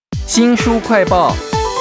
新书快报。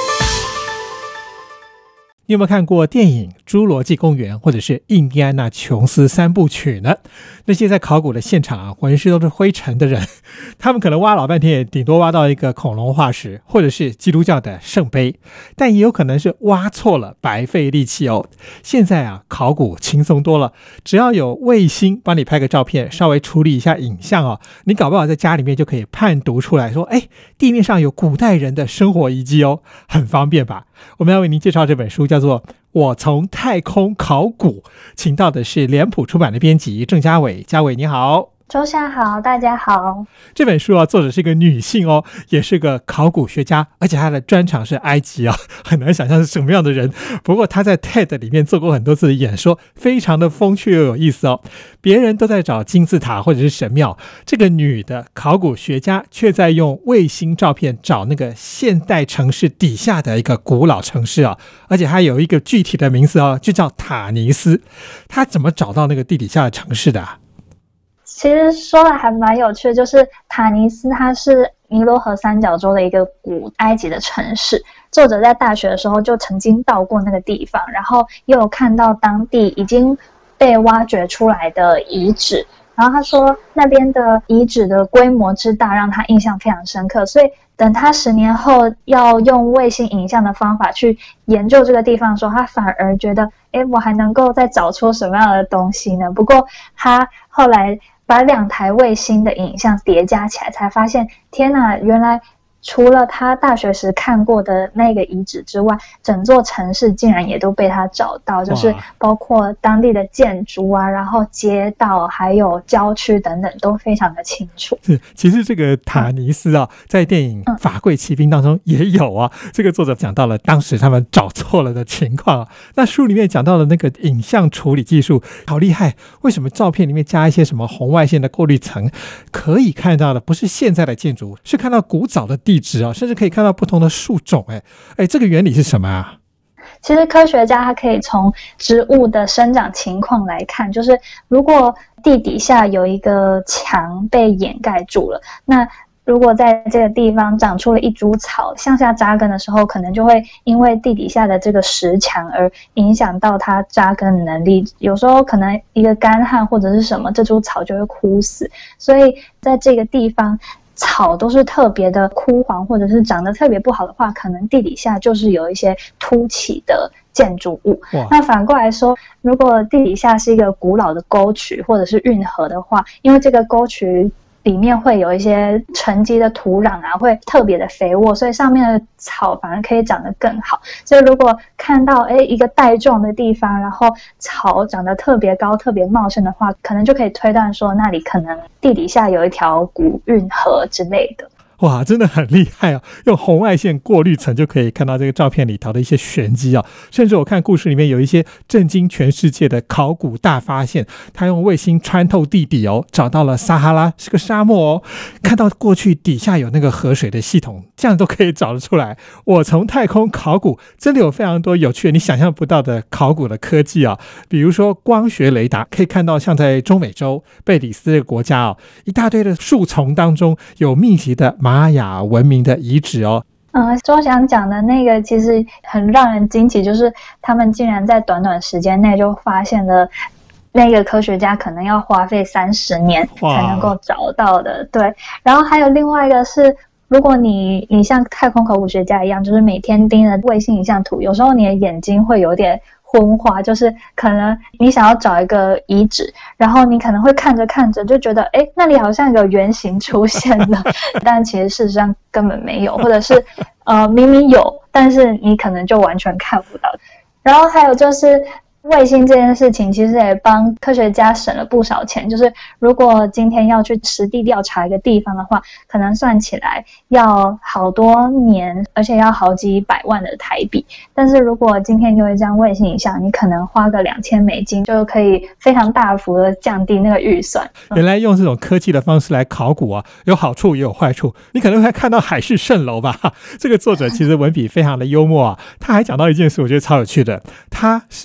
你有没有看过电影《侏罗纪公园》或者是《印第安纳琼斯三部曲》呢？那些在考古的现场浑身都是灰尘的人，他们可能挖老半天也顶多挖到一个恐龙化石，或者是基督教的圣杯，但也有可能是挖错了，白费力气哦。现在考古轻松多了，只要有卫星帮你拍个照片，稍微处理一下影像你搞不好在家里面就可以判读出来说，地面上有古代人的生活遗迹哦，很方便吧？我们要为您介绍这本书，叫做《我从太空考古》，请到的是脸谱出版的编辑郑家伟。家伟你好。 周夏好，大家好。 这本书作者是一个女性也是个考古学家，而且她的专长是埃及很难想象是什么样的人。不过她在 TED 里面做过很多次的演说，非常的风趣又有意思别人都在找金字塔或者是神庙，这个女的考古学家却在用卫星照片找那个现代城市底下的一个古老城市而且还有一个具体的名字就叫塔尼斯。她怎么找到那个地底下的城市的其实说来还蛮有趣的，就是塔尼斯它是尼罗河三角洲的一个古埃及的城市。作者在大学的时候就曾经到过那个地方，然后也有看到当地已经被挖掘出来的遗址，然后他说那边的遗址的规模之大让他印象非常深刻，所以等他10年后要用卫星影像的方法去研究这个地方的时候，他反而觉得我还能够再找出什么样的东西呢？不过他后来把2台卫星的影像叠加起来，才发现天哪，原来除了他大学时看过的那个遗址之外，整座城市竟然也都被他找到，就是包括当地的建筑然后街道还有郊区等等都非常的清楚。 其实这个塔尼斯在电影《法柜奇兵》当中也有这个作者讲到了当时他们找错了的情况那书里面讲到了那个影像处理技术好厉害，为什么照片里面加一些什么红外线的过滤层，可以看到的不是现在的建筑，是看到古早的地质甚至可以看到不同的树种这个原理是什么其实科学家他可以从植物的生长情况来看，就是如果地底下有一个墙被掩盖住了，那如果在这个地方长出了一株草，向下扎根的时候，可能就会因为地底下的这个石墙而影响到它扎根的能力。有时候可能一个干旱或者是什么，这株草就会枯死。所以在这个地方草都是特别的枯黄，或者是长得特别不好的话，可能地底下就是有一些凸起的建筑物。那反过来说，如果地底下是一个古老的沟渠或者是运河的话，因为这个沟渠里面会有一些沉积的土壤会特别的肥沃，所以上面的草反而可以长得更好。所以如果看到一个带状的地方，然后草长得特别高特别茂盛的话，可能就可以推断说那里可能地底下有一条古运河之类的。 哇，真的很厉害用红外线过滤层就可以看到这个照片里头的一些玄机甚至我看故事里面有一些震惊全世界的考古大发现，他用卫星穿透地底找到了撒哈拉是个沙漠看到过去底下有那个河水的系统，这样都可以找得出来。我从太空考古真的有非常多有趣的你想象不到的考古的科技比如说光学雷达可以看到像在中美洲贝里斯这个国家一大堆的树丛当中有密集的玛雅文明的遗址周翔讲的那个其实很让人惊奇，就是他们竟然在短短时间内就发现了那个科学家可能要花费30年才能够找到的。对，然后还有另外一个是，如果你像太空考古学家一样，就是每天盯着卫星影像图，有时候你的眼睛会有点昏花，就是可能你想要找一个遗址，然后你可能会看着看着就觉得那里好像有圆形出现了但其实事实上根本没有，或者是明明有，但是你可能就完全看不到。然后还有就是卫星这件事情其实也帮科学家省了不少钱，就是如果今天要去实地调查一个地方的话，可能算起来要好多年，而且要好几百万的台币。但是如果今天有一张卫星影像，你可能花个$2000就可以非常大幅的降低那个预算。 原来用这种科技的方式来考古有好处也有坏处。你可能会看到海市蜃楼吧，这个作者其实文笔非常的幽默他还讲到一件事我觉得超有趣的，他是哈里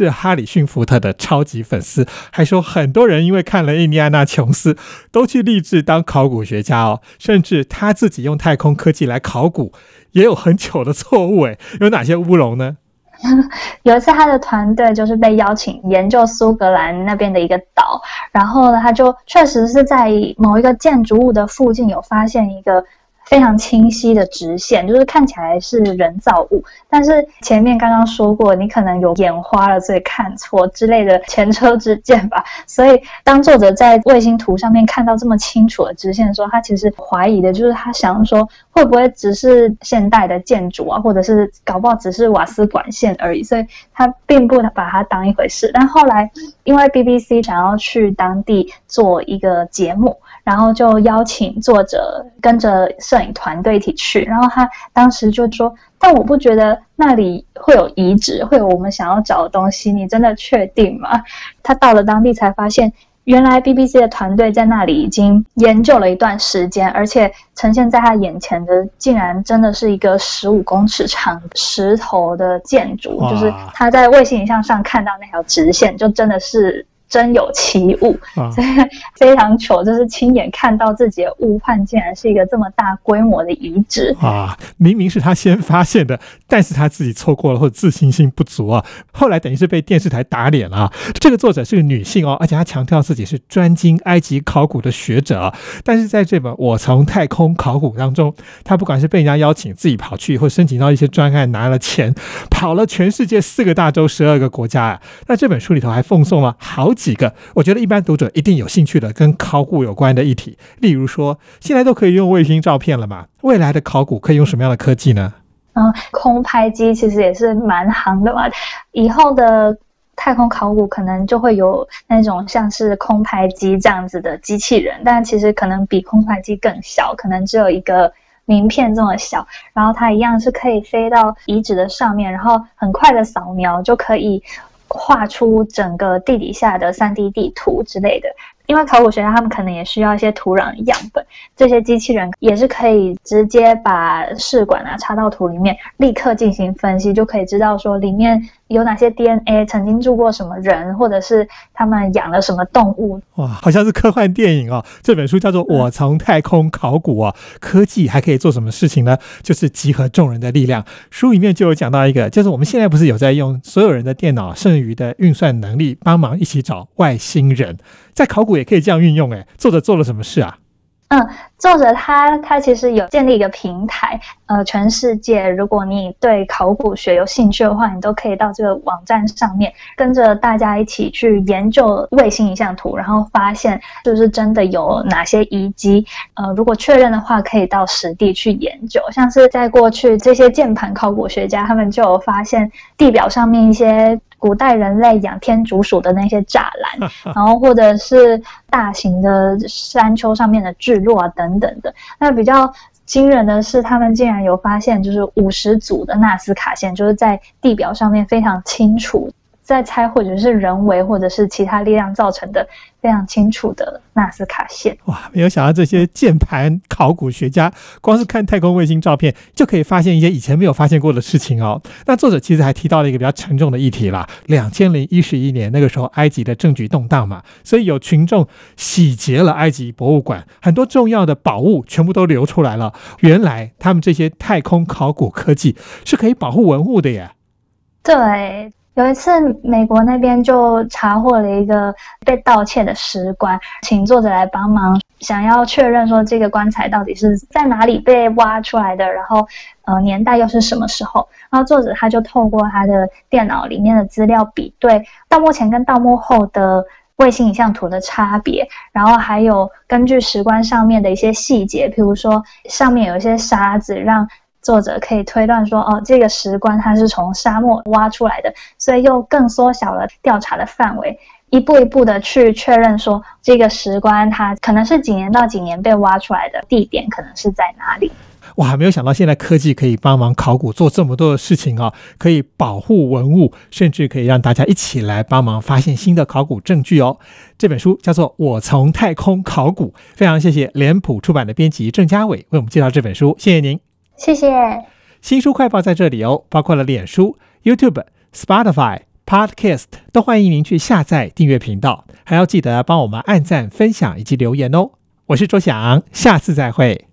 里逊福特的超级粉丝，还说很多人因为看了印第安纳琼斯都去立志当考古学家哦，甚至他自己用太空科技来考古也有很糗的错误诶，有哪些乌龙呢？ 有一次他的团队就是被邀请研究苏格兰那边的一个岛，然后呢他就确实是在某一个建筑物的附近有发现一个非常清晰的直线，就是看起来是人造物，但是前面刚刚说过你可能有眼花了所以看错之类的前车之鉴吧，所以当作者在卫星图上面看到这么清楚的直线的时候，他其实怀疑的就是他想说会不会只是现代的建筑啊，或者是搞不好只是瓦斯管线而已，所以他并不把它当一回事。但后来因为 BBC 想要去当地做一个节目，然后就邀请作者跟着摄影团队一起去，然后他当时就说，但我不觉得那里会有遗址，会有我们想要找的东西，你真的确定吗？他到了当地才发现，原来 BBC 的团队在那里已经研究了一段时间，而且呈现在他眼前的竟然真的是一个15公尺长石头的建筑，就是他在卫星影像上看到那条直线就真的是真有其物，所以非常糗，就是亲眼看到自己的误判竟然是一个这么大规模的遗址啊！明明是他先发现的，但是他自己错过了或者自信心不足啊，后来等于是被电视台打脸了啊。这个作者是个女性哦，而且她强调自己是专精埃及考古的学者啊，但是在这本《我从太空考古》当中，她不管是被人家邀请自己跑去，或申请到一些专案拿了钱，跑了全世界4个大洲12个国家啊。那这本书里头还奉送了好几个我觉得一般读者一定有兴趣的跟考古有关的议题，例如说现在都可以用卫星照片了嘛，未来的考古可以用什么样的科技呢？ 空拍机其实也是蛮行的嘛，以后的太空考古可能就会有那种像是空拍机这样子的机器人，但其实可能比空拍机更小，可能只有一个名片这么小，然后它一样是可以飞到遗址的上面，然后很快的扫描就可以画出整个地底下的 3D 地图之类的。因为考古学家他们可能也需要一些土壤的样本，这些机器人也是可以直接把试管插到土里面，立刻进行分析，就可以知道说里面有哪些 DNA 曾经住过什么人，或者是他们养了什么动物。 哇，好像是科幻电影哦。这本书叫做《我从太空考古》哦，科技还可以做什么事情呢？就是集合众人的力量。书里面就有讲到一个，就是我们现在不是有在用所有人的电脑剩余的运算能力帮忙一起找外星人，在考古也可以这样运用诶。作者做了什么事啊？ 作者他其实有建立一个平台，全世界如果你对考古学有兴趣的话，你都可以到这个网站上面跟着大家一起去研究卫星影像图，然后发现就是真的有哪些遗迹，如果确认的话可以到实地去研究，像是在过去这些键盘考古学家他们就有发现地表上面一些古代人类养天竺鼠的那些栅栏，然后或者是大型的山丘上面的聚落啊等等的。那比较惊人的是他们竟然有发现就是50组的纳斯卡线，就是在地表上面非常清楚，在猜或者是人为或者是其他力量造成的非常清楚的纳斯卡线。 哇，没有想到这些键盘考古学家光是看太空卫星照片就可以发现一些以前没有发现过的事情哦。那作者其实还提到了一个比较沉重的议题啦，2011年那个时候埃及的政局动荡嘛，所以有群众洗劫了埃及博物馆，很多重要的宝物全部都流出来了。原来他们这些太空考古科技是可以保护文物的耶。 对，有一次美国那边就查获了一个被盗窃的石棺，请作者来帮忙，想要确认说这个棺材到底是在哪里被挖出来的，然后年代又是什么时候。然后作者他就透过他的电脑里面的资料比对盗墓前跟盗墓后的卫星影像图的差别，然后还有根据石棺上面的一些细节，譬如说上面有一些沙子，让作者可以推断说，这个石棺它是从沙漠挖出来的，所以又更缩小了调查的范围，一步一步的去确认说这个石棺它可能是几年到几年被挖出来的，地点可能是在哪里。 哇，没有想到现在科技可以帮忙考古做这么多的事情哦，可以保护文物，甚至可以让大家一起来帮忙发现新的考古证据哦。这本书叫做《我从太空考古》，非常谢谢脸谱出版的编辑郑家伟为我们介绍这本书，谢谢您。 谢谢。 新书快报在这里哦，包括了脸书、YouTube、Spotify、 Podcast 都欢迎您去下载订阅频道，还要记得帮我们按赞、分享以及留言哦。我是周翔，下次再会。